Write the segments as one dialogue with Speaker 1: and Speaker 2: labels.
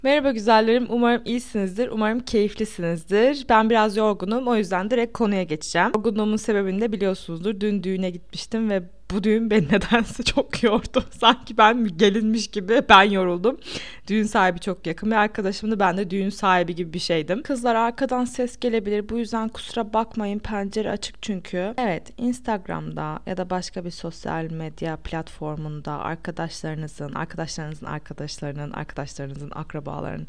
Speaker 1: Merhaba güzellerim, umarım iyisinizdir, umarım keyiflisinizdir. Ben biraz yorgunum, o yüzden direkt konuya geçeceğim. Yorgunluğumun sebebini de biliyorsunuzdur. Dün düğüne gitmiştim ve bu düğün beni nedense çok yordu. Sanki ben gelinmiş gibi ben yoruldum. Düğün sahibi çok yakın bir arkadaşımdı, ben de düğün sahibi gibi bir şeydim. Kızlar arkadan ses gelebilir, bu yüzden kusura bakmayın, pencere açık çünkü. Evet, Instagram'da ya da başka bir sosyal medya platformunda arkadaşlarınızın akrabaların,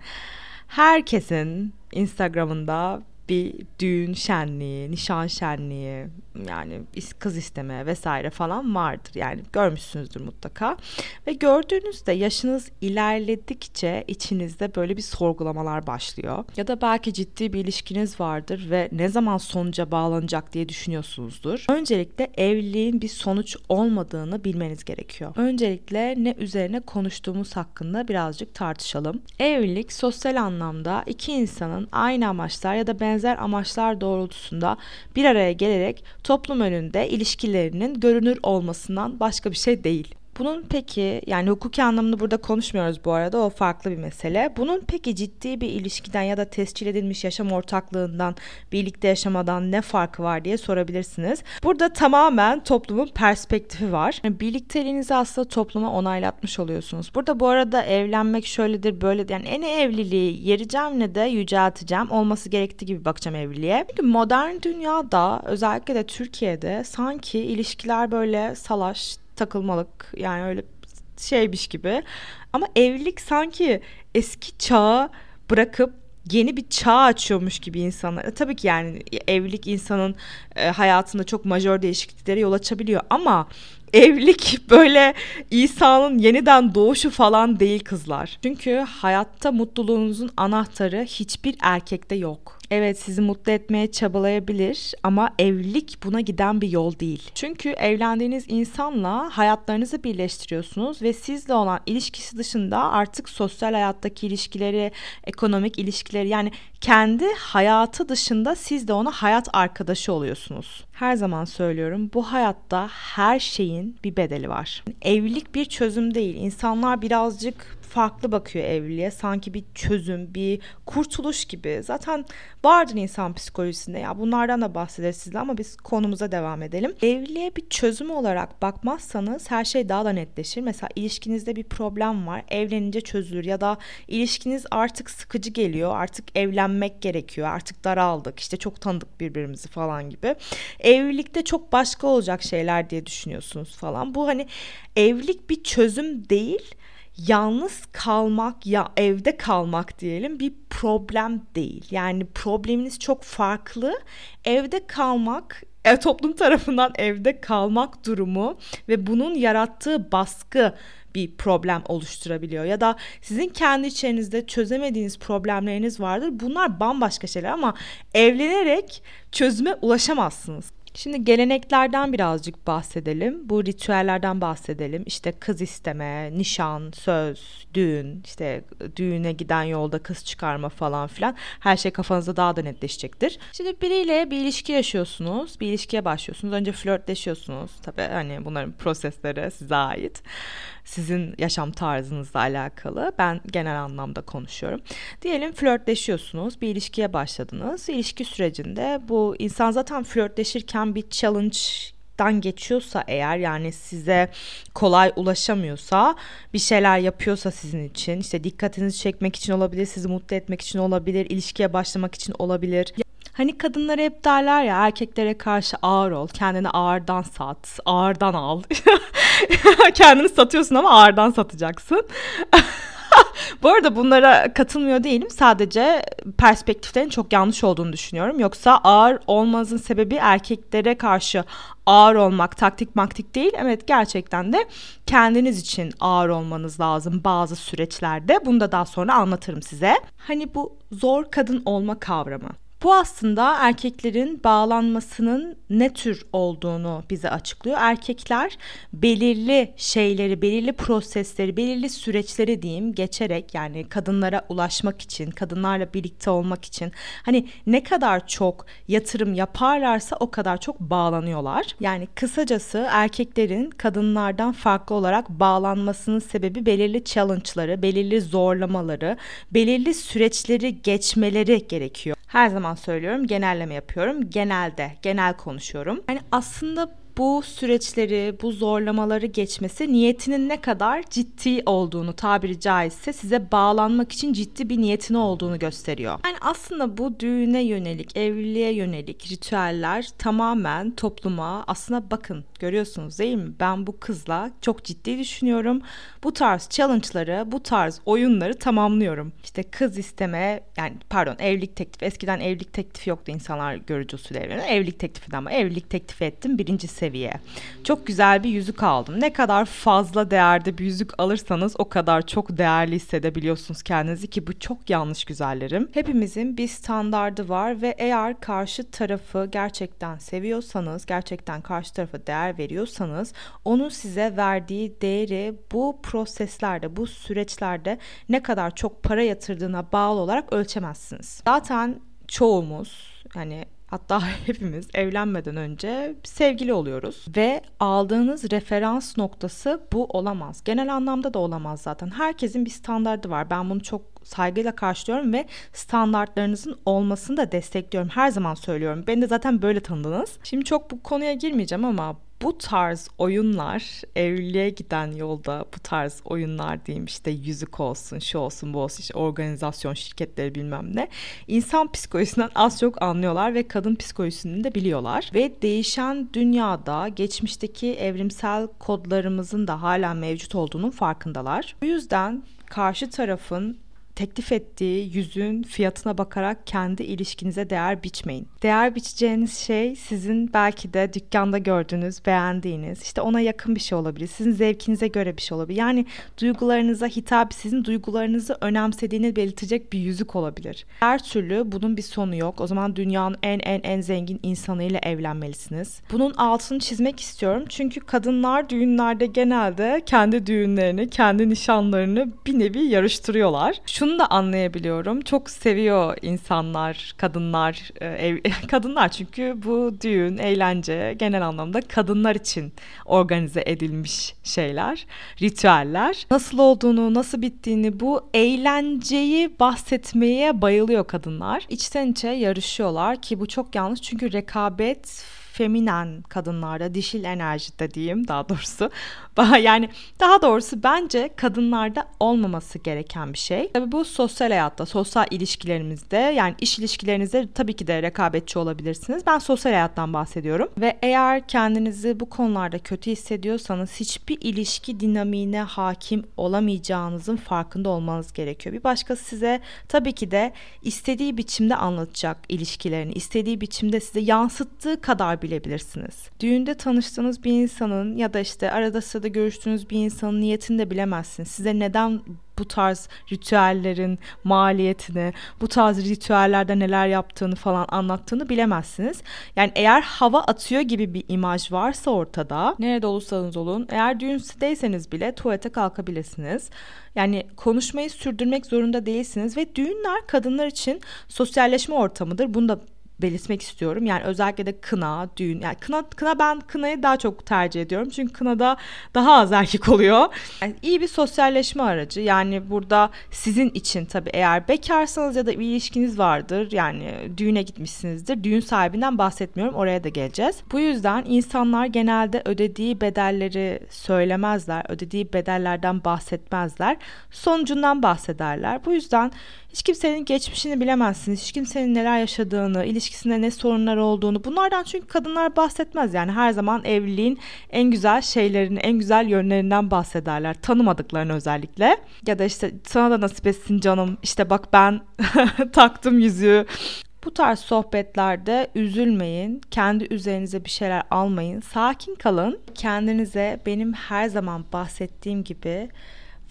Speaker 1: herkesin Instagram'ında bir düğün şenliği, nişan şenliği, yani kız isteme vesaire falan vardır. Yani görmüşsünüzdür mutlaka. Ve gördüğünüzde yaşınız ilerledikçe içinizde böyle bir sorgulamalar başlıyor. Ya da belki ciddi bir ilişkiniz vardır ve ne zaman sonuca bağlanacak diye düşünüyorsunuzdur. Öncelikle evliliğin bir sonuç olmadığını bilmeniz gerekiyor. Öncelikle ne üzerine konuştuğumuz hakkında birazcık tartışalım. Evlilik sosyal anlamda iki insanın aynı amaçlar ya da benzer amaçlar doğrultusunda bir araya gelerek toplum önünde ilişkilerinin görünür olmasından başka bir şey değil. Bunun peki, yani hukuki anlamını burada konuşmuyoruz bu arada, o farklı bir mesele. Bunun peki ciddi bir ilişkiden ya da tescil edilmiş yaşam ortaklığından, birlikte yaşamadan ne farkı var diye sorabilirsiniz. Burada tamamen toplumun perspektifi var. Yani birlikteliğinizi aslında topluma onaylatmış oluyorsunuz. Burada bu arada evlenmek şöyledir böyledir, yani en evliliği yereceğim ne de yücelteceğim, olması gerektiği gibi bakacağım evliliğe. Çünkü modern dünyada, özellikle de Türkiye'de sanki ilişkiler böyle salaş, takılmalık, yani öyle şeymiş gibi. Ama evlilik sanki eski çağı bırakıp yeni bir çağ açıyormuş gibi insanlar. Tabii ki yani evlilik insanın hayatında çok majör değişikliklere yol açabiliyor ama evlilik böyle İsa'nın yeniden doğuşu falan değil kızlar. Çünkü hayatta mutluluğunuzun anahtarı hiçbir erkekte yok. Evet, sizi mutlu etmeye çabalayabilir ama evlilik buna giden bir yol değil. Çünkü evlendiğiniz insanla hayatlarınızı birleştiriyorsunuz ve sizle olan ilişkisi dışında artık sosyal hayattaki ilişkileri, ekonomik ilişkileri, yani kendi hayatı dışında siz de ona hayat arkadaşı oluyorsunuz. Her zaman söylüyorum, bu hayatta her şeyin bir bedeli var. Evlilik bir çözüm değil. İnsanlar birazcık farklı bakıyor evliliğe. Sanki bir çözüm, bir kurtuluş gibi. Zaten vardır insan psikolojisinde. Ya bunlardan da bahsederiz sizle ama biz konumuza devam edelim. Evliliğe bir çözüm olarak bakmazsanız her şey daha da netleşir. Mesela ilişkinizde bir problem var. Evlenince çözülür ya da ilişkiniz artık sıkıcı geliyor. Artık evlenmek gerekiyor. Artık daraldık. İşte çok tanıdık birbirimizi falan gibi. Evlilikte çok başka olacak şeyler diye düşünüyorsunuz falan. Bu hani evlilik bir çözüm değil. Yalnız kalmak ya evde kalmak diyelim bir problem değil. Yani probleminiz çok farklı. Evde kalmak, toplum tarafından evde kalmak durumu ve bunun yarattığı baskı bir problem oluşturabiliyor. Ya da sizin kendi içinizde çözemediğiniz problemleriniz vardır. Bunlar bambaşka şeyler ama evlenerek çözüme ulaşamazsınız. Şimdi geleneklerden birazcık bahsedelim. Bu ritüellerden bahsedelim. İşte kız isteme, nişan, söz, düğün, işte düğüne giden yolda kız çıkarma falan filan. Her şey kafanızda daha da netleşecektir. Şimdi biriyle bir ilişki yaşıyorsunuz. Bir ilişkiye başlıyorsunuz. Önce flörtleşiyorsunuz. Tabii hani bunların prosesleri size ait. Sizin yaşam tarzınızla alakalı. Ben genel anlamda konuşuyorum. Diyelim flörtleşiyorsunuz. Bir ilişkiye başladınız. İlişki sürecinde bu insan zaten flörtleşirken bir challenge'dan geçiyorsa eğer, yani size kolay ulaşamıyorsa, bir şeyler yapıyorsa sizin için, işte dikkatinizi çekmek için olabilir, sizi mutlu etmek için olabilir, ilişkiye başlamak için olabilir. Hani kadınlar hep derler ya, erkeklere karşı ağır ol, kendini ağırdan sat, ağırdan al. Kendini satıyorsun ama ağırdan satacaksın. Bu arada bunlara katılmıyor değilim. Sadece perspektiflerin çok yanlış olduğunu düşünüyorum. Yoksa ağır olmanızın sebebi erkeklere karşı ağır olmak, taktik maktik değil. Evet, gerçekten de kendiniz için ağır olmanız lazım bazı süreçlerde. Bunu da daha sonra anlatırım size. Hani bu zor kadın olma kavramı. Bu aslında erkeklerin bağlanmasının ne tür olduğunu bize açıklıyor. Erkekler belirli şeyleri, belirli prosesleri, belirli süreçleri diyeyim geçerek, yani kadınlara ulaşmak için, kadınlarla birlikte olmak için hani ne kadar çok yatırım yaparlarsa o kadar çok bağlanıyorlar. Yani kısacası erkeklerin kadınlardan farklı olarak bağlanmasının sebebi belirli challenge'ları, belirli zorlamaları, belirli süreçleri geçmeleri gerekiyor. Her zaman söylüyorum, genelleme yapıyorum. Genel konuşuyorum. Yani aslında bu süreçleri, bu zorlamaları geçmesi niyetinin ne kadar ciddi olduğunu, tabiri caizse size bağlanmak için ciddi bir niyetini olduğunu gösteriyor. Yani aslında bu düğüne yönelik, evliliğe yönelik ritüeller tamamen topluma, aslında bakın görüyorsunuz değil mi? Ben bu kızla çok ciddi düşünüyorum. Bu tarz challenge'ları, bu tarz oyunları tamamlıyorum. İşte kız isteme, yani pardon, evlilik teklifi. Eskiden evlilik teklifi yoktu, insanlar görücü usulü evleniyor. Evlilik teklifinden ama evlilik teklifi ettim, birinci seviye. Çok güzel bir yüzük aldım. Ne kadar fazla değerde bir yüzük alırsanız o kadar çok değerli hissedebiliyorsunuz kendinizi, ki bu çok yanlış güzellerim. Hepimizin bir standardı var ve eğer karşı tarafı gerçekten seviyorsanız, gerçekten karşı tarafa değer veriyorsanız, onun size verdiği değeri bu proseslerde, bu süreçlerde ne kadar çok para yatırdığına bağlı olarak ölçemezsiniz. Zaten çoğumuz, hani hatta hepimiz evlenmeden önce sevgili oluyoruz ve aldığınız referans noktası bu olamaz. Genel anlamda da olamaz zaten. Herkesin bir standardı var. Ben bunu çok saygıyla karşılıyorum ve standartlarınızın olmasını da destekliyorum. Her zaman söylüyorum. Beni de zaten böyle tanıdınız. Şimdi çok bu konuya girmeyeceğim ama bu tarz oyunlar, evliliğe giden yolda bu tarz oyunlar diyeyim, işte yüzük olsun, şu olsun, bu olsun, işte organizasyon şirketleri bilmem ne, insan psikolojisinden az çok anlıyorlar ve kadın psikolojisini de biliyorlar. Ve değişen dünyada geçmişteki evrimsel kodlarımızın da hala mevcut olduğunun farkındalar. Bu yüzden karşı tarafın teklif ettiği yüzüğün fiyatına bakarak kendi ilişkinize değer biçmeyin. Değer biçeceğiniz şey sizin belki de dükkanda gördüğünüz, beğendiğiniz, işte ona yakın bir şey olabilir. Sizin zevkinize göre bir şey olabilir. Yani duygularınıza hitap, sizin duygularınızı önemsediğini belirtecek bir yüzük olabilir. Her türlü bunun bir sonu yok. O zaman dünyanın en zengin insanıyla evlenmelisiniz. Bunun altını çizmek istiyorum. Çünkü kadınlar düğünlerde genelde kendi düğünlerini, kendi nişanlarını bir nevi yarıştırıyorlar. Şunu da anlayabiliyorum. Çok seviyor insanlar, kadınlar, kadınlar, çünkü bu düğün, eğlence genel anlamda kadınlar için organize edilmiş şeyler, ritüeller. Nasıl olduğunu, nasıl bittiğini, bu eğlenceyi bahsetmeye bayılıyor kadınlar. İçten içe yarışıyorlar ki bu çok yanlış, çünkü rekabet feminen kadınlarda, dişil enerjide diyeyim daha doğrusu. Yani daha doğrusu bence kadınlarda olmaması gereken bir şey. Tabii bu sosyal hayatta, sosyal ilişkilerimizde, yani iş ilişkilerinizde tabii ki de rekabetçi olabilirsiniz. Ben sosyal hayattan bahsediyorum. Ve eğer kendinizi bu konularda kötü hissediyorsanız hiçbir ilişki dinamiğine hakim olamayacağınızın farkında olmanız gerekiyor. Bir başkası size tabii ki de istediği biçimde anlatacak ilişkilerini, istediği biçimde size yansıttığı kadar bilebilirsiniz. Düğünde tanıştığınız bir insanın ya da işte arada sırada görüştüğünüz bir insanın niyetini de bilemezsiniz. Size neden bu tarz ritüellerin maliyetini, bu tarz ritüellerde neler yaptığını falan anlattığını bilemezsiniz. Yani eğer hava atıyor gibi bir imaj varsa ortada, nerede olursanız olun, eğer düğündeyseniz bile tuvalete kalkabilirsiniz. Yani konuşmayı sürdürmek zorunda değilsiniz ve düğünler kadınlar için sosyalleşme ortamıdır. Bunu da belirtmek istiyorum. Yani özellikle de kına, düğün. Yani ben kınayı daha çok tercih ediyorum. Çünkü kınada daha az erkek oluyor. Yani iyi bir sosyalleşme aracı. Yani burada sizin için tabii, eğer bekarsanız ya da bir ilişkiniz vardır, yani düğüne gitmişsinizdir. Düğün sahibinden bahsetmiyorum. Oraya da geleceğiz. Bu yüzden insanlar genelde ödediği bedelleri söylemezler. Ödediği bedellerden bahsetmezler. Sonucundan bahsederler. Bu yüzden hiç kimsenin geçmişini bilemezsiniz. Hiç kimsenin neler yaşadığını, ilişkisinde ne sorunlar olduğunu. Bunlardan çünkü kadınlar bahsetmez. Yani her zaman evliliğin en güzel şeylerini, en güzel yönlerinden bahsederler. Tanımadıklarını özellikle. Ya da işte sana da nasip etsin canım, İşte bak ben taktım yüzüğü. Bu tarz sohbetlerde üzülmeyin. Kendi üzerinize bir şeyler almayın. Sakin kalın. Kendinize benim her zaman bahsettiğim gibi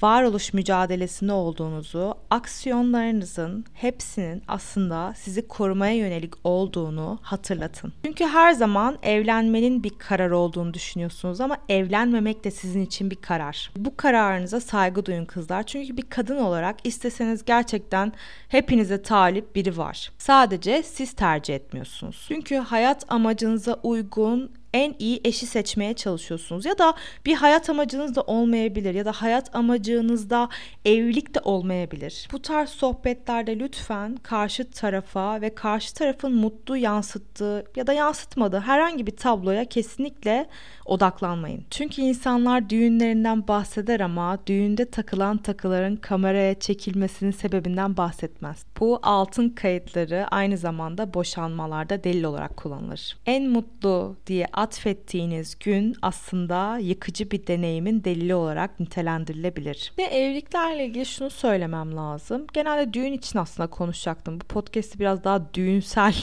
Speaker 1: varoluş mücadelesinde olduğunuzu, aksiyonlarınızın hepsinin aslında sizi korumaya yönelik olduğunu hatırlatın. Çünkü her zaman evlenmenin bir karar olduğunu düşünüyorsunuz ama evlenmemek de sizin için bir karar. Bu kararınıza saygı duyun kızlar. Çünkü bir kadın olarak isteseniz gerçekten hepinize talip biri var. Sadece siz tercih etmiyorsunuz. Çünkü hayat amacınıza uygun en iyi eşi seçmeye çalışıyorsunuz ya da bir hayat amacınız da olmayabilir ya da hayat amacınızda evlilik de olmayabilir. Bu tarz sohbetlerde lütfen karşı tarafa ve karşı tarafın mutlu yansıttığı ya da yansıtmadığı herhangi bir tabloya kesinlikle odaklanmayın. Çünkü insanlar düğünlerinden bahseder ama düğünde takılan takıların kameraya çekilmesinin sebebinden bahsetmez. Bu altın kayıtları aynı zamanda boşanmalarda delil olarak kullanılır. En mutlu diye atfettiğiniz gün aslında yıkıcı bir deneyimin delili olarak nitelendirilebilir. Ve evliliklerle ilgili şunu söylemem lazım. Genelde düğün için aslında konuşacaktım. Bu podcast'i biraz daha düğünsel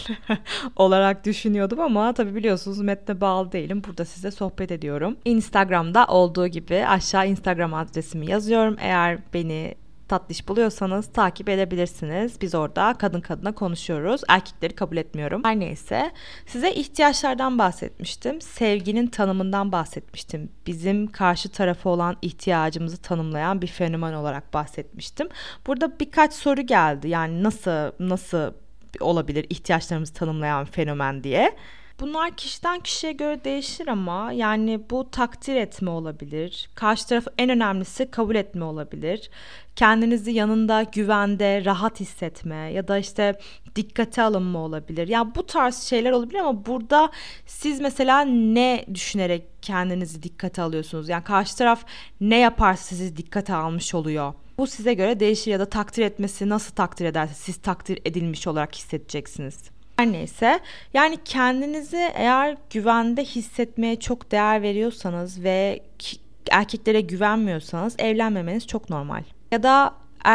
Speaker 1: olarak düşünüyordum ama tabii biliyorsunuz metne bağlı değilim. Burada size sohbet ediyorum. Instagram'da olduğu gibi aşağı Instagram adresimi yazıyorum. Eğer beni tatlış buluyorsanız takip edebilirsiniz. Biz orada kadın kadına konuşuyoruz. Erkekleri kabul etmiyorum. Her neyse. Size ihtiyaçlardan bahsetmiştim. Sevginin tanımından bahsetmiştim. Bizim karşı tarafa olan ihtiyacımızı tanımlayan bir fenomen olarak bahsetmiştim. Burada birkaç soru geldi. Yani nasıl olabilir ihtiyaçlarımızı tanımlayan fenomen diye. Bunlar kişiden kişiye göre değişir ama yani bu takdir etme olabilir. Karşı tarafı en önemlisi kabul etme olabilir. Kendinizi yanında güvende, rahat hissetme ya da işte dikkate alınma olabilir. Ya bu tarz şeyler olabilir ama burada siz mesela ne düşünerek kendinizi dikkate alıyorsunuz? Yani karşı taraf ne yaparsa sizi dikkate almış oluyor. Bu size göre değişir ya da takdir etmesi nasıl takdir ederse siz takdir edilmiş olarak hissedeceksiniz. Her neyse yani kendinizi eğer güvende hissetmeye çok değer veriyorsanız ve erkeklere güvenmiyorsanız evlenmemeniz çok normal. Ya da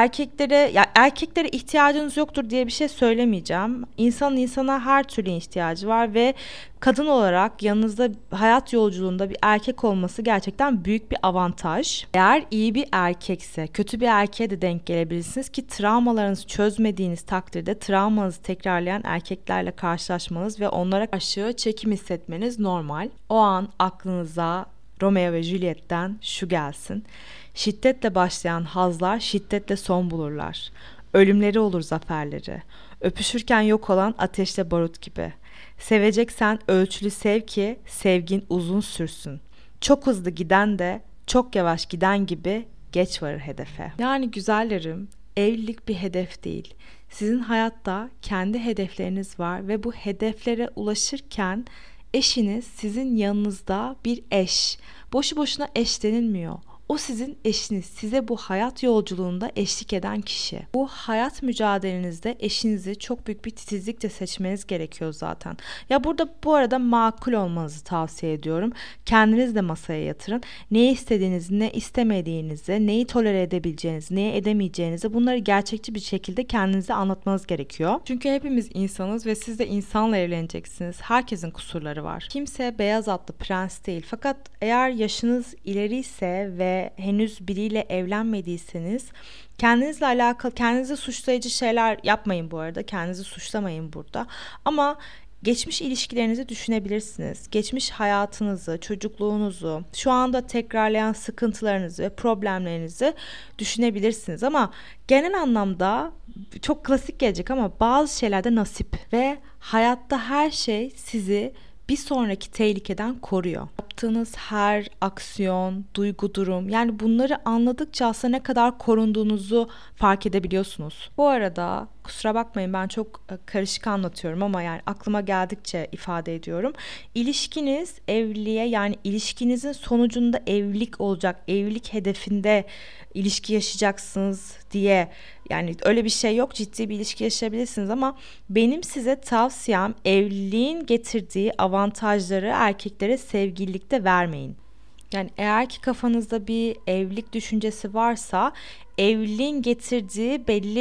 Speaker 1: erkeklere ihtiyacınız yoktur diye bir şey söylemeyeceğim. İnsanın insana her türlü ihtiyacı var ve kadın olarak yanınızda hayat yolculuğunda bir erkek olması gerçekten büyük bir avantaj. Eğer iyi bir erkekse kötü bir erkeğe de denk gelebilirsiniz ki travmalarınızı çözmediğiniz takdirde travmanızı tekrarlayan erkeklerle karşılaşmanız ve onlara karşı çekim hissetmeniz normal. O an aklınıza Romeo ve Juliet'ten şu gelsin. Şiddetle başlayan hazlar şiddetle son bulurlar. Ölümleri olur zaferleri. Öpüşürken yok olan ateşle barut gibi. Seveceksen ölçülü sev ki sevgin uzun sürsün. Çok hızlı giden de çok yavaş giden gibi geç varır hedefe. Yani güzellerim, evlilik bir hedef değil. Sizin hayatta kendi hedefleriniz var ve bu hedeflere ulaşırken eşiniz sizin yanınızda bir eş. Boşu boşuna eş denilmiyor. O sizin eşiniz, size bu hayat yolculuğunda eşlik eden kişi. Bu hayat mücadelenizde eşinizi çok büyük bir titizlikle seçmeniz gerekiyor zaten. Ya burada bu arada makul olmanızı tavsiye ediyorum. Kendiniz de masaya yatırın. Ne istediğinizi, ne istemediğinizi, neyi tolere edebileceğinizi, neyi edemeyeceğinizi bunları gerçekçi bir şekilde kendinize anlatmanız gerekiyor. Çünkü hepimiz insanız ve siz de insanla evleneceksiniz. Herkesin kusurları var. Kimse beyaz atlı prens değil. Fakat eğer yaşınız ileriyse ve henüz biriyle evlenmediyseniz kendinizle alakalı kendinizi suçlayıcı şeyler yapmayın bu arada. Kendinizi suçlamayın burada. Ama geçmiş ilişkilerinizi düşünebilirsiniz. Geçmiş hayatınızı, çocukluğunuzu, şu anda tekrarlayan sıkıntılarınızı ve problemlerinizi düşünebilirsiniz. Ama genel anlamda çok klasik gelecek ama bazı şeylerde nasip ve hayatta her şey sizi bir sonraki tehlikeden koruyor. Yaptığınız her aksiyon, duygu, durum yani bunları anladıkça aslında ne kadar korunduğunuzu fark edebiliyorsunuz. Bu arada kusura bakmayın ben çok karışık anlatıyorum ama yani aklıma geldikçe ifade ediyorum. İlişkiniz evliliğe yani ilişkinizin sonucunda evlilik olacak, evlilik hedefinde ilişki yaşayacaksınız diye yani öyle bir şey yok. Ciddi bir ilişki yaşayabilirsiniz ama benim size tavsiyem evliliğin getirdiği avantajları erkeklere sevgililikte vermeyin. Yani eğer ki kafanızda bir evlilik düşüncesi varsa evliliğin getirdiği belli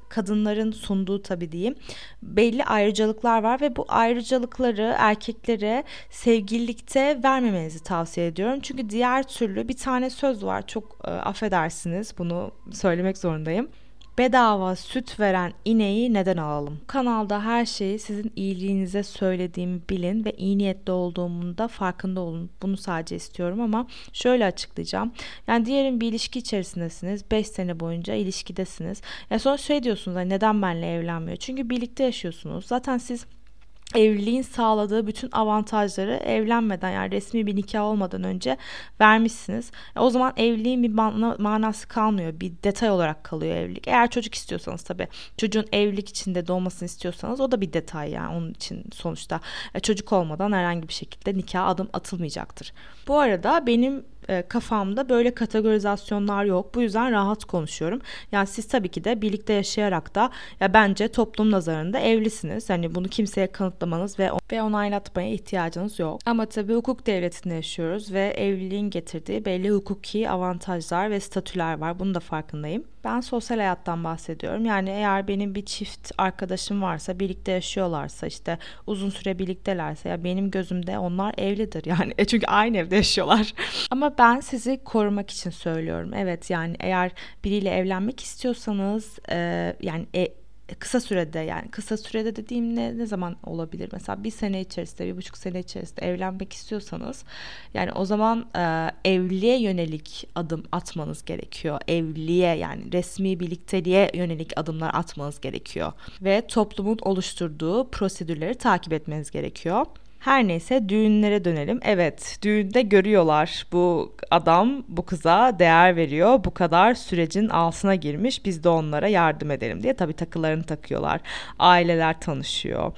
Speaker 1: kadınların sunduğu tabii diyeyim belli ayrıcalıklar var ve bu ayrıcalıkları erkeklere sevgililikte vermemenizi tavsiye ediyorum. Çünkü diğer türlü bir tane söz var, çok affedersiniz bunu söylemek zorundayım. Bedava süt veren ineği neden alalım? Kanalda her şeyi sizin iyiliğinize söylediğimi bilin ve iyi niyetli olduğumun da farkında olun. Bunu sadece istiyorum ama şöyle açıklayacağım. Yani diyelim bir ilişki içerisindesiniz. 5 sene boyunca ilişkidesiniz. Ya sonra şey diyorsunuz, hani neden benimle evlenmiyor? Çünkü birlikte yaşıyorsunuz. Zaten siz evliliğin sağladığı bütün avantajları evlenmeden, yani resmi bir nikah olmadan önce vermişsiniz. O zaman evliliğin bir manası kalmıyor. Bir detay olarak kalıyor evlilik. Eğer çocuk istiyorsanız tabii, çocuğun evlilik içinde doğmasını istiyorsanız o da bir detay yani onun için sonuçta. Çocuk olmadan herhangi bir şekilde nikaha adım atılmayacaktır. Bu arada benim kafamda böyle kategorizasyonlar yok. Bu yüzden rahat konuşuyorum. Yani siz tabii ki de birlikte yaşayarak da ya bence toplum nazarında evlisiniz. Hani bunu kimseye kanıtlamanız ve onaylatmaya ihtiyacınız yok. Ama tabii hukuk devletinde yaşıyoruz ve evliliğin getirdiği belli hukuki avantajlar ve statüler var. Bunun da farkındayım. Ben sosyal hayattan bahsediyorum. Yani eğer benim bir çift arkadaşım varsa, birlikte yaşıyorlarsa, işte uzun süre birliktelerse, ya benim gözümde onlar evlidir yani. Çünkü aynı evde yaşıyorlar. Ama ben sizi korumak için söylüyorum. Evet, yani eğer biriyle evlenmek istiyorsanız yani kısa sürede, yani kısa sürede dediğim ne zaman olabilir? Mesela 1 sene içerisinde, 1,5 sene içerisinde evlenmek istiyorsanız yani o zaman evliliğe yönelik adım atmanız gerekiyor. Evliliğe, yani resmi birlikteliğe yönelik adımlar atmanız gerekiyor. Ve toplumun oluşturduğu prosedürleri takip etmeniz gerekiyor. Her neyse, düğünlere dönelim. Evet, düğünde görüyorlar, bu adam bu kıza değer veriyor, bu kadar sürecin altına girmiş, biz de onlara yardım edelim diye tabii takılarını takıyorlar. Aileler tanışıyor.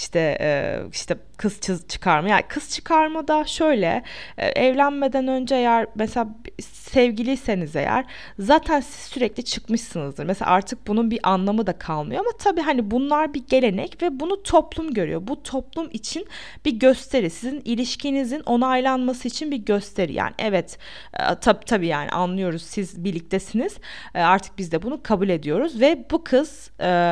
Speaker 1: İşte kız çıkarma. Yani kız çıkarma da şöyle, evlenmeden önce eğer mesela sevgiliyseniz eğer zaten siz sürekli çıkmışsınızdır. Mesela artık bunun bir anlamı da kalmıyor ama tabii hani bunlar bir gelenek ve bunu toplum görüyor. Bu toplum için bir gösteri. Sizin ilişkinizin onaylanması için bir gösteri. Yani evet, tabii yani anlıyoruz, siz birliktesiniz. Artık biz de bunu kabul ediyoruz ve bu kız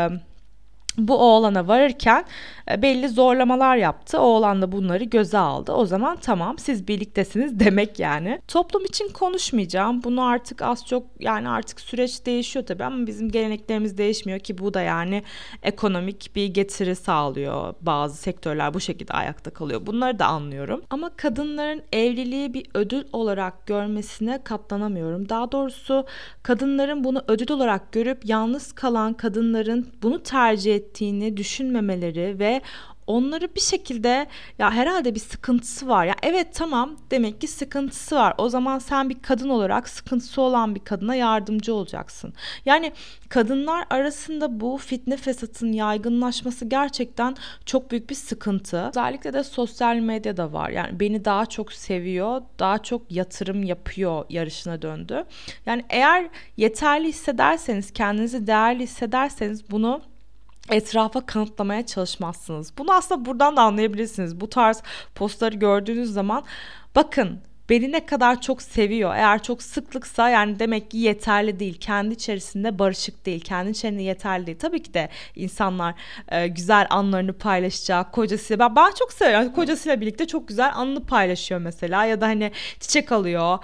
Speaker 1: bu oğlana varırken belli zorlamalar yaptı. Oğlan da bunları göze aldı. O zaman tamam, siz birliktesiniz demek yani. Toplum için konuşmayacağım. Bunu artık az çok, yani artık süreç değişiyor tabii ama bizim geleneklerimiz değişmiyor ki, bu da yani ekonomik bir getiri sağlıyor. Bazı sektörler bu şekilde ayakta kalıyor. Bunları da anlıyorum. Ama kadınların evliliği bir ödül olarak görmesine katlanamıyorum. Daha doğrusu kadınların bunu ödül olarak görüp yalnız kalan kadınların bunu tercih ettiğini düşünmemeleri ve onları bir şekilde, ya herhalde bir sıkıntısı var. Ya evet, tamam, demek ki sıkıntısı var. O zaman sen bir kadın olarak sıkıntısı olan bir kadına yardımcı olacaksın. Yani kadınlar arasında bu fitne fesatın yaygınlaşması gerçekten çok büyük bir sıkıntı. Özellikle de sosyal medyada var. Yani beni daha çok seviyor, daha çok yatırım yapıyor yarışına döndü. Yani eğer yeterli hissederseniz, kendinizi değerli hissederseniz bunu etrafa kanıtlamaya çalışmazsınız. Bunu aslında buradan da anlayabilirsiniz. Bu tarz postları gördüğünüz zaman bakın, beni ne kadar çok seviyor. Eğer çok sıklıksa yani demek ki yeterli değil. Kendi içerisinde barışık değil. Kendi içerisinde yeterli değil. Tabii ki de insanlar güzel anlarını paylaşacak. Kocasıyla, ben çok seviyorum. Kocasıyla birlikte çok güzel anını paylaşıyor mesela. Ya da hani çiçek alıyor,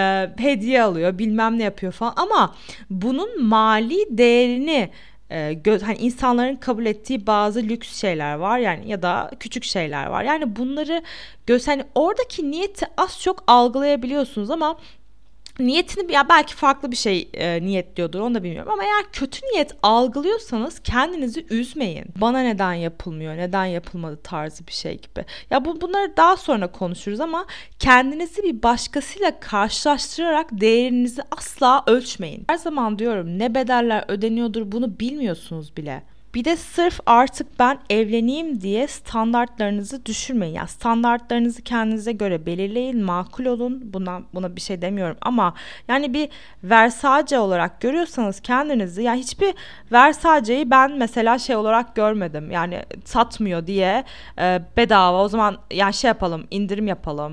Speaker 1: hediye alıyor, bilmem ne yapıyor falan. Ama bunun mali değerini hani insanların kabul ettiği bazı lüks şeyler var yani, ya da küçük şeyler var. Yani bunları hani oradaki niyeti az çok algılayabiliyorsunuz ama niyetini, ya belki farklı bir şey niyetliyordur, onu da bilmiyorum ama eğer kötü niyet algılıyorsanız kendinizi üzmeyin. Bana neden yapılmıyor, neden yapılmadı tarzı bir şey gibi. Ya bunları daha sonra konuşuruz ama kendinizi bir başkasıyla karşılaştırarak değerinizi asla ölçmeyin. Her zaman diyorum, ne bedeller ödeniyordur bunu bilmiyorsunuz bile. Bir de sırf artık ben evleneyim diye standartlarınızı düşürmeyin. Yani standartlarınızı kendinize göre belirleyin, makul olun. Buna bir şey demiyorum ama yani bir Versace olarak görüyorsanız kendinizi, yani hiçbir Versace'yi ben mesela şey olarak görmedim. Yani satmıyor diye bedava, o zaman yani şey yapalım, indirim yapalım.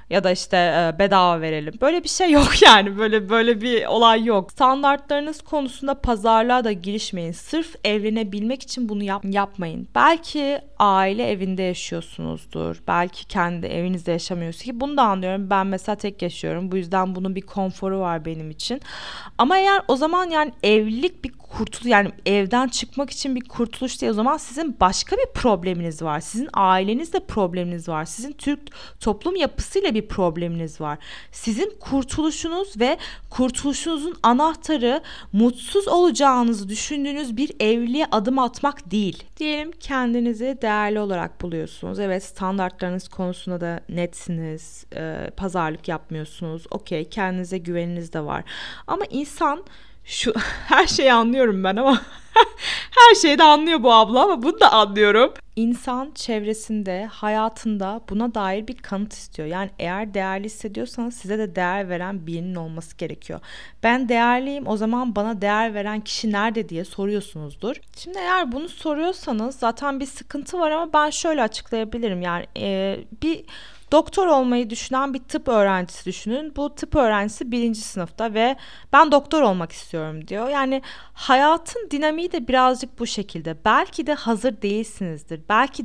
Speaker 1: ya da işte bedava verelim. Böyle bir şey yok yani. Böyle bir olay yok. Standartlarınız konusunda pazarlığa da girişmeyin. Sırf evlenebilmek için bunu yapmayın. Belki aile evinde yaşıyorsunuzdur. Belki kendi evinizde yaşamıyorsunuz ki bunu da anlıyorum. Ben mesela tek yaşıyorum. Bu yüzden bunun bir konforu var benim için. Ama eğer o zaman yani evlilik bir yani evden çıkmak için bir kurtuluş değil, o zaman sizin başka bir probleminiz var. Sizin ailenizle probleminiz var. Sizin Türk toplum yapısıyla bir probleminiz var. Sizin kurtuluşunuz ve kurtuluşunuzun anahtarı mutsuz olacağınızı düşündüğünüz bir evliliğe adım atmak değil. Diyelim kendinizi değerli olarak buluyorsunuz. Evet, standartlarınız konusunda da netsiniz. Pazarlık yapmıyorsunuz. Okey, kendinize güveniniz de var. Ama insan her şeyi anlıyorum ben ama her şeyi de anlıyor bu abla, ama bunu da anlıyorum. İnsan çevresinde, hayatında buna dair bir kanıt istiyor. Yani eğer değerli hissediyorsanız size de değer veren birinin olması gerekiyor. Ben değerliyim, o zaman bana değer veren kişi nerede diye soruyorsunuzdur. Şimdi eğer bunu soruyorsanız zaten bir sıkıntı var, ama ben şöyle açıklayabilirim. Yani bir doktor olmayı düşünen bir tıp öğrencisi düşünün. Bu tıp öğrencisi 1. sınıfta ve ben doktor olmak istiyorum diyor. Yani hayatın dinamiği de birazcık bu şekilde. Belki de hazır değilsinizdir.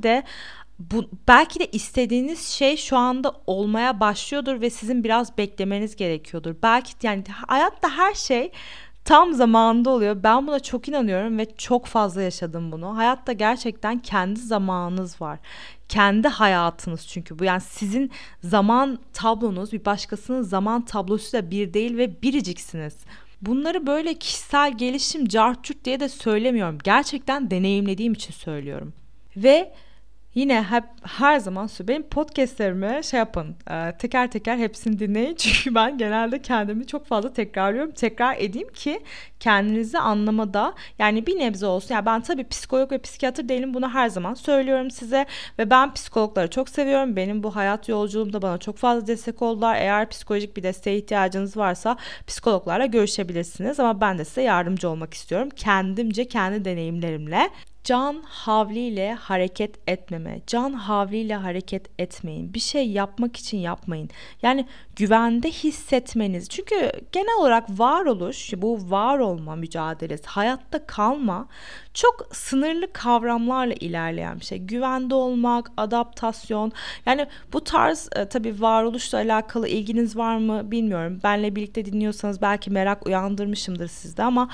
Speaker 1: Belki de istediğiniz şey şu anda olmaya başlıyordur ve sizin biraz beklemeniz gerekiyordur. Belki yani hayatta her şey tam zamanında oluyor. Ben buna çok inanıyorum ve çok fazla yaşadım bunu. Hayatta gerçekten kendi zamanınız var. Kendi hayatınız çünkü bu. Yani sizin zaman tablonuz bir başkasının zaman tablosuyla bir değil ve biriciksiniz. Bunları böyle kişisel gelişim, cart curt diye de söylemiyorum. Gerçekten deneyimlediğim için söylüyorum. Ve yine her zaman benim podcastlerime yapın, teker teker hepsini dinleyin. Çünkü ben genelde kendimi çok fazla tekrarlıyorum. Tekrar edeyim ki kendinizi anlamada yani bir nebze olsun. Yani ben tabii psikolog ve psikiyatr değilim, bunu her zaman söylüyorum size. Ve ben psikologları çok seviyorum. Benim bu hayat yolculuğumda bana çok fazla destek oldular. Eğer psikolojik bir desteğe ihtiyacınız varsa psikologlarla görüşebilirsiniz. Ama ben de size yardımcı olmak istiyorum. Kendimce, kendi deneyimlerimle. Can havliyle hareket etmeme. Can havliyle hareket etmeyin. Bir şey yapmak için yapmayın. Yani güvende hissetmeniz. Çünkü genel olarak varoluş, bu var olma mücadelesi, hayatta kalma çok sınırlı kavramlarla ilerleyen bir şey. Güvende olmak, adaptasyon. Yani bu tarz tabii varoluşla alakalı ilginiz var mı bilmiyorum. Benle birlikte dinliyorsanız belki merak uyandırmışımdır sizde, ama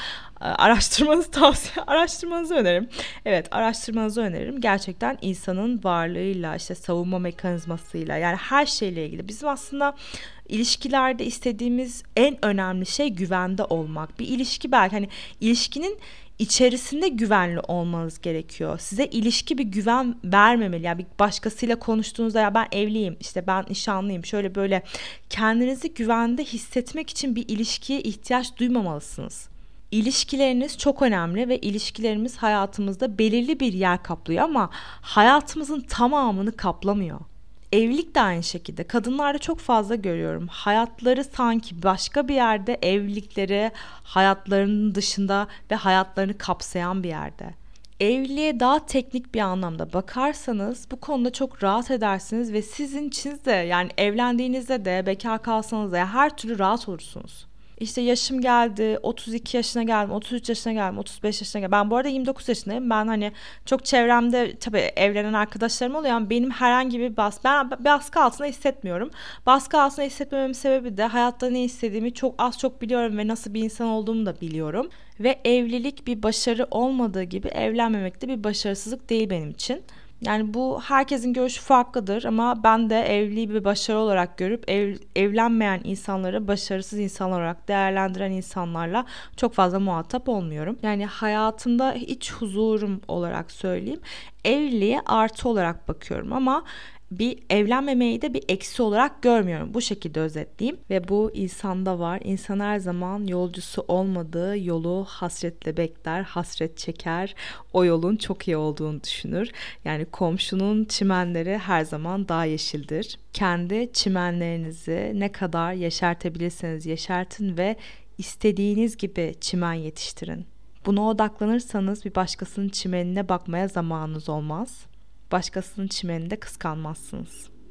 Speaker 1: araştırmanızı öneririm. Evet, araştırmanızı öneririm. Gerçekten insanın varlığıyla, işte savunma mekanizmasıyla, yani her şeyle ilgili. Bizim aslında ilişkilerde istediğimiz en önemli şey güvende olmak. Bir ilişki belki hani ilişkinin içerisinde güvenli olmanız gerekiyor. Size ilişki bir güven vermemeli. Yani bir başkasıyla konuştuğunuzda ya ben evliyim, işte ben nişanlıyım, şöyle böyle, kendinizi güvende hissetmek için bir ilişkiye ihtiyaç duymamalısınız. İlişkileriniz çok önemli ve ilişkilerimiz hayatımızda belirli bir yer kaplıyor ama hayatımızın tamamını kaplamıyor. Evlilik de aynı şekilde. Kadınlarda çok fazla görüyorum. Hayatları sanki başka bir yerde, evlilikleri hayatlarının dışında ve hayatlarını kapsayan bir yerde. Evliliğe daha teknik bir anlamda bakarsanız bu konuda çok rahat edersiniz ve sizin için de, yani evlendiğinizde de bekar kalsanız da her türlü rahat olursunuz. İşte yaşım geldi, 32 yaşına geldim, 33 yaşına geldim, 35 yaşına geldim. Ben bu arada 29 yaşındayım. Ben hani çok çevremde tabii evlenen arkadaşlarım oluyor ama benim herhangi bir ben baskı altında hissetmiyorum. Baskı altında hissetmememin sebebi de hayatta ne istediğimi çok biliyorum ve nasıl bir insan olduğumu da biliyorum. Ve evlilik bir başarı olmadığı gibi evlenmemek de bir başarısızlık değil benim için. Yani bu herkesin görüşü farklıdır ama ben de evliliği bir başarı olarak görüp evlenmeyen insanları başarısız insanlar olarak değerlendiren insanlarla çok fazla muhatap olmuyorum. Yani hayatımda iç huzurum olarak söyleyeyim, evliliğe artı olarak bakıyorum ama bir evlenmemeyi de bir eksi olarak görmüyorum. Bu şekilde özetleyeyim. Ve bu insanda var. İnsan her zaman yolcusu olmadığı yolu hasretle bekler, hasret çeker. O yolun çok iyi olduğunu düşünür. Yani komşunun çimenleri her zaman daha yeşildir. Kendi çimenlerinizi ne kadar yeşertebilirseniz yeşertin ve istediğiniz gibi çimen yetiştirin. Buna odaklanırsanız bir başkasının çimenine bakmaya zamanınız olmaz. Başkasının çimeninde kıskanmazsınız.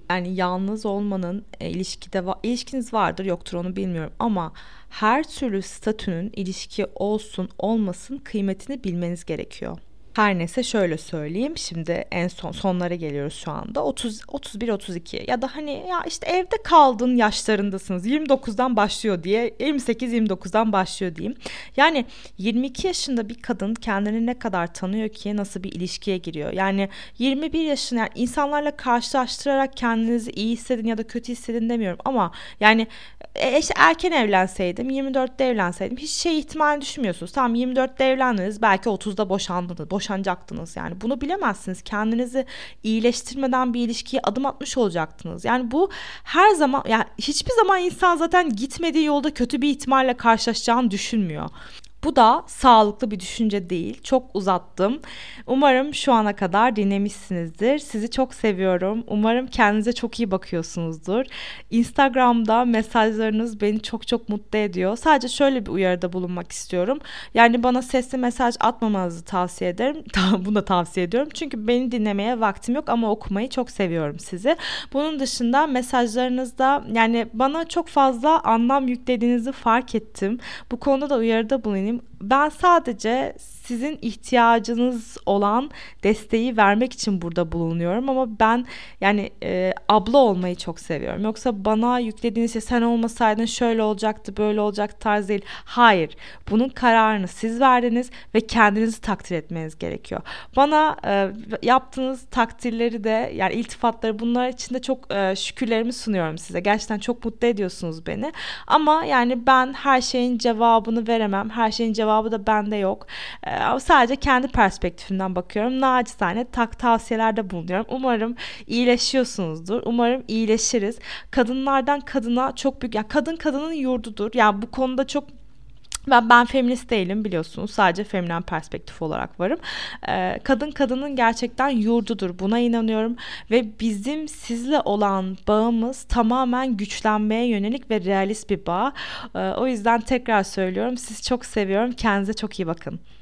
Speaker 1: Yani yalnız olmanın ilişkiniz vardır yoktur onu bilmiyorum ama her türlü statünün ilişki olsun olmasın kıymetini bilmeniz gerekiyor. Her neyse şöyle söyleyeyim. Şimdi en sonlara geliyoruz şu anda. 30 31 32 ya da hani ya işte evde kaldın yaşlarındasınız. 29'dan başlıyor diye 28 29'dan başlıyor diyeyim. Yani 22 yaşında bir kadın kendini ne kadar tanıyor ki nasıl bir ilişkiye giriyor? Yani 21 yaşında yani insanlarla karşılaştırarak kendinizi iyi hissedin ya da kötü hissedin demiyorum ama yani işte erken evlenseydim 24'te evlenseydim hiç ihtimali düşünmüyorsunuz. Tamam 24'te evlendiniz belki 30'da boşanacaktınız yani bunu bilemezsiniz. Kendinizi iyileştirmeden bir ilişkiye adım atmış olacaktınız. Yani bu her zaman yani hiçbir zaman insan zaten gitmediği yolda kötü bir ihtimalle karşılaşacağını düşünmüyor. Bu da sağlıklı bir düşünce değil. Çok uzattım. Umarım şu ana kadar dinlemişsinizdir. Sizi çok seviyorum. Umarım kendinize çok iyi bakıyorsunuzdur. Instagram'da mesajlarınız beni çok çok mutlu ediyor. Sadece şöyle bir uyarıda bulunmak istiyorum. Yani bana sesli mesaj atmamanızı tavsiye ederim. Bunu da tavsiye ediyorum. Çünkü beni dinlemeye vaktim yok ama okumayı çok seviyorum sizi. Bunun dışında mesajlarınızda yani bana çok fazla anlam yüklediğinizi fark ettim. Bu konuda da uyarıda bulunayım. Ben sadece sizin ihtiyacınız olan desteği vermek için burada bulunuyorum ama ben yani abla olmayı çok seviyorum. Yoksa bana yüklediğiniz şey sen olmasaydın şöyle olacaktı böyle olacaktı tarz değil. Hayır, bunun kararını siz verdiniz ve kendinizi takdir etmeniz gerekiyor. Bana yaptığınız takdirleri de yani iltifatları bunlar için de çok şükürlerimi sunuyorum size. Gerçekten çok mutlu ediyorsunuz beni. Ama yani ben her şeyin cevabını veremem. Her şeyin cevabı da bende yok. Sadece kendi perspektifimden bakıyorum. Naçizane tavsiyelerde bulunuyorum. Umarım iyileşiyorsunuzdur. Umarım iyileşiriz. Kadınlardan kadına çok büyük... Yani kadın kadının yurdudur. Yani bu konuda çok ben feminist değilim biliyorsunuz. Sadece feminen perspektif olarak varım. Kadın kadının gerçekten yurdudur. Buna inanıyorum. Ve bizim sizle olan bağımız tamamen güçlenmeye yönelik ve realist bir bağ. O yüzden tekrar söylüyorum. Sizi çok seviyorum. Kendinize çok iyi bakın.